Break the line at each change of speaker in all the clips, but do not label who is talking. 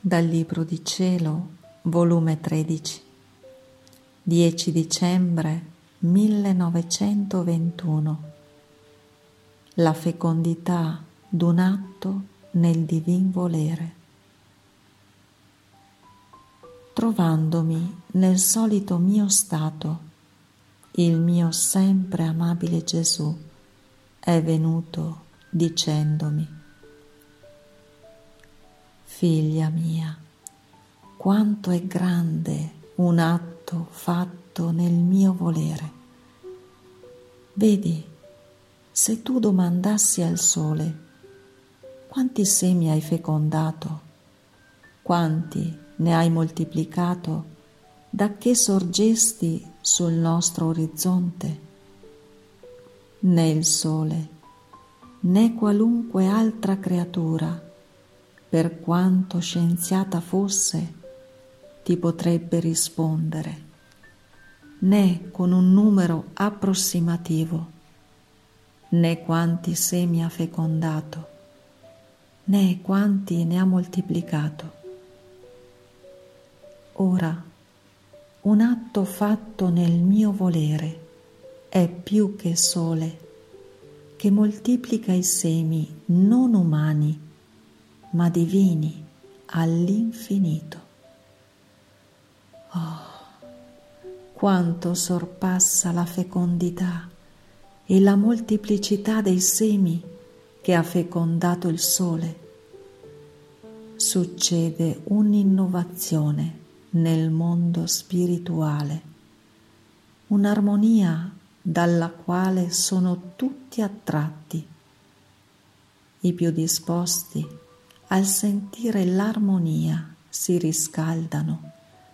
Dal Libro di Cielo, volume 13, 10 dicembre 1921. La fecondità d'un atto nel divin volere. Trovandomi nel solito mio stato, il mio sempre amabile Gesù è venuto dicendomi: Figlia mia, quanto è grande un atto fatto nel mio volere. Vedi, se tu domandassi al sole: quanti semi hai fecondato? Quanti ne hai moltiplicato da che sorgesti sul nostro orizzonte? Né il sole, né qualunque altra creatura, per quanto scienziata fosse, ti potrebbe rispondere, né con un numero approssimativo, né quanti semi ha fecondato, né quanti ne ha moltiplicato. Ora, un atto fatto nel mio volere è più che sole, che moltiplica i semi non umani, ma divini all'infinito. Oh, quanto sorpassa la fecondità e la moltiplicità dei semi che ha fecondato il sole. Succede un'innovazione nel mondo spirituale, un'armonia dalla quale sono tutti attratti. I più disposti al sentire l'armonia si riscaldano,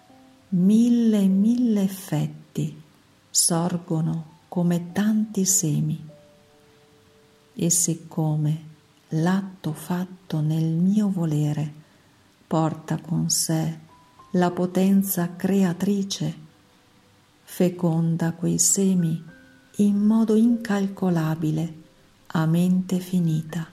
mille effetti sorgono come tanti semi, e siccome l'atto fatto nel mio volere porta con sé la potenza creatrice, feconda quei semi in modo incalcolabile a mente finita,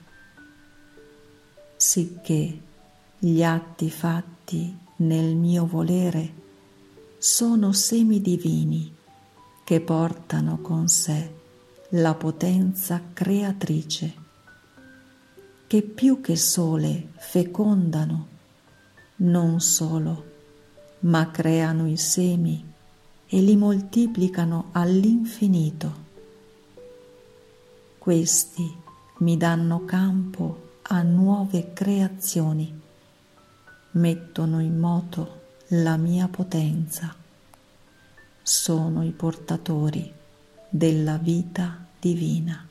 sicché gli atti fatti nel mio volere sono semi divini che portano con sé la potenza creatrice, che più che sole fecondano, non solo, ma creano i semi e li moltiplicano all'infinito. Questi mi danno campo a nuove creazioni, mettono in moto la mia potenza, sono i portatori della vita divina.